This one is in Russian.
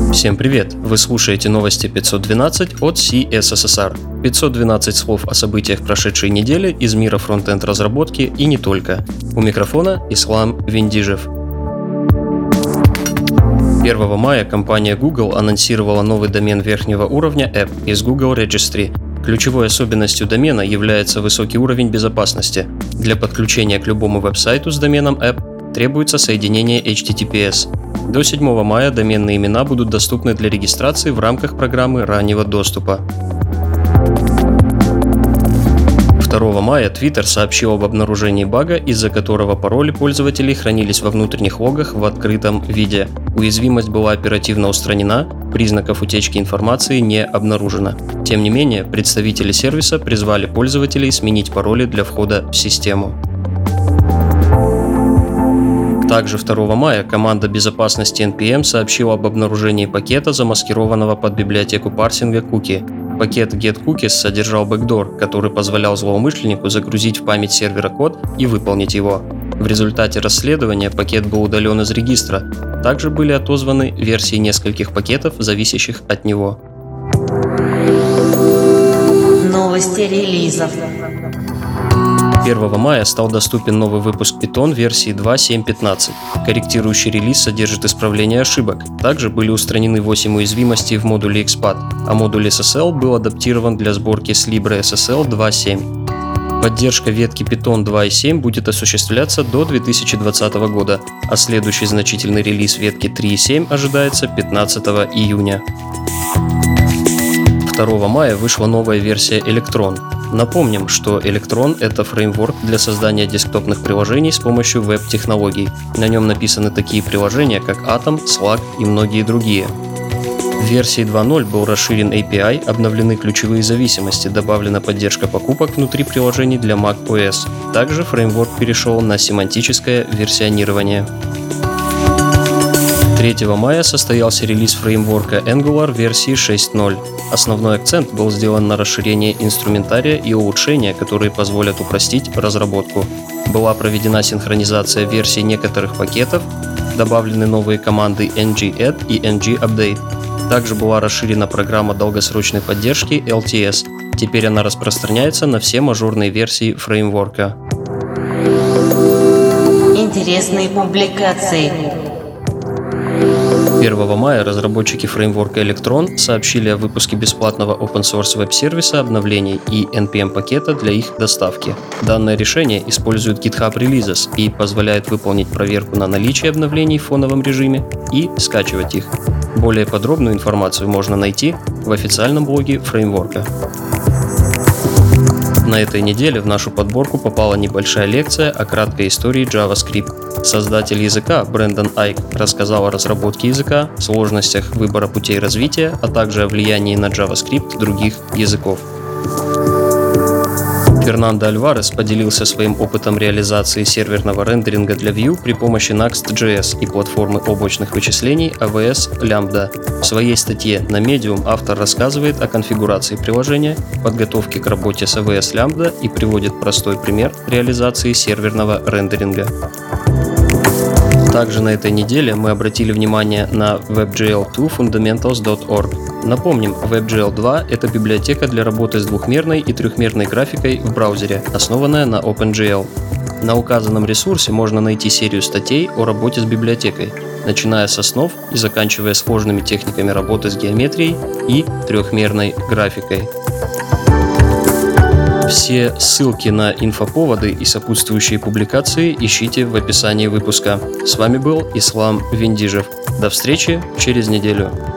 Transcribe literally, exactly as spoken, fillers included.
Всем привет! Вы слушаете новости пятьсот двенадцать от си эс эс эс ар. пятьсот двенадцать слов о событиях прошедшей недели из мира фронт-энд разработки и не только. У микрофона Ислам Виндижев. первого мая компания Google анонсировала новый домен верхнего уровня App из Google Registry. Ключевой особенностью домена является высокий уровень безопасности. Для подключения к любому веб-сайту с доменом App требуется соединение эйч ти ти пи эс. До седьмого мая доменные имена будут доступны для регистрации в рамках программы раннего доступа. второго мая Twitter сообщил об обнаружении бага, из-за которого пароли пользователей хранились во внутренних логах в открытом виде. Уязвимость была оперативно устранена, признаков утечки информации не обнаружено. Тем не менее, представители сервиса призвали пользователей сменить пароли для входа в систему. Также второго мая команда безопасности эн пи эм сообщила об обнаружении пакета, замаскированного под библиотеку парсинга куки. Пакет getCookies содержал бэкдор, который позволял злоумышленнику загрузить в память сервера код и выполнить его. В результате расследования пакет был удален из регистра. Также были отозваны версии нескольких пакетов, зависящих от него. Новости релизов. первого мая стал доступен новый выпуск Python версии два точка семь точка пятнадцать. Корректирующий релиз содержит исправление ошибок. Также были устранены восемь уязвимостей в модуле экспат, а модуль эс эс эл был адаптирован для сборки с LibreSSL два точка семь. Поддержка ветки Python два точка семь будет осуществляться до две тысячи двадцатого года, а следующий значительный релиз ветки три точка семь ожидается пятнадцатого июня. второго мая вышла новая версия Electron. Напомним, что Electron — это фреймворк для создания десктопных приложений с помощью веб-технологий. На нем написаны такие приложения, как Atom, Slack и многие другие. В версии два точка ноль был расширен эй пи ай, обновлены ключевые зависимости, добавлена поддержка покупок внутри приложений для macOS. Также фреймворк перешел на семантическое версионирование. третьего мая состоялся релиз фреймворка Angular версии шесть точка ноль. Основной акцент был сделан на расширение инструментария и улучшения, которые позволят упростить разработку. Была проведена синхронизация версий некоторых пакетов, добавлены новые команды эн джи add и эн джи update. Также была расширена программа долгосрочной поддержки эл ти эс. Теперь она распространяется на все мажорные версии фреймворка. Интересные публикации. первого мая разработчики фреймворка Electron сообщили о выпуске бесплатного open-source веб-сервиса обновлений и эн пи эм-пакета для их доставки. Данное решение использует GitHub Releases и позволяет выполнить проверку на наличие обновлений в фоновом режиме и скачивать их. Более подробную информацию можно найти в официальном блоге фреймворка. На этой неделе в нашу подборку попала небольшая лекция о краткой истории JavaScript. Создатель языка Брэндон Айк рассказал о разработке языка, сложностях выбора путей развития, а также о влиянии на JavaScript других языков. Фернандо Альварес поделился своим опытом реализации серверного рендеринга для Vue при помощи Next.js и платформы облачных вычислений эй ви эс Lambda. В своей статье на Medium автор рассказывает о конфигурации приложения, подготовке к работе с эй ви эс Lambda и приводит простой пример реализации серверного рендеринга. Также на этой неделе мы обратили внимание на WebGL два fundamentals точка орг. Напомним, WebGL два — это библиотека для работы с двухмерной и трехмерной графикой в браузере, основанная на OpenGL. На указанном ресурсе можно найти серию статей о работе с библиотекой, начиная с основ и заканчивая сложными техниками работы с геометрией и трехмерной графикой. Все ссылки на инфоповоды и сопутствующие публикации ищите в описании выпуска. С вами был Ислам Виндижев. До встречи через неделю.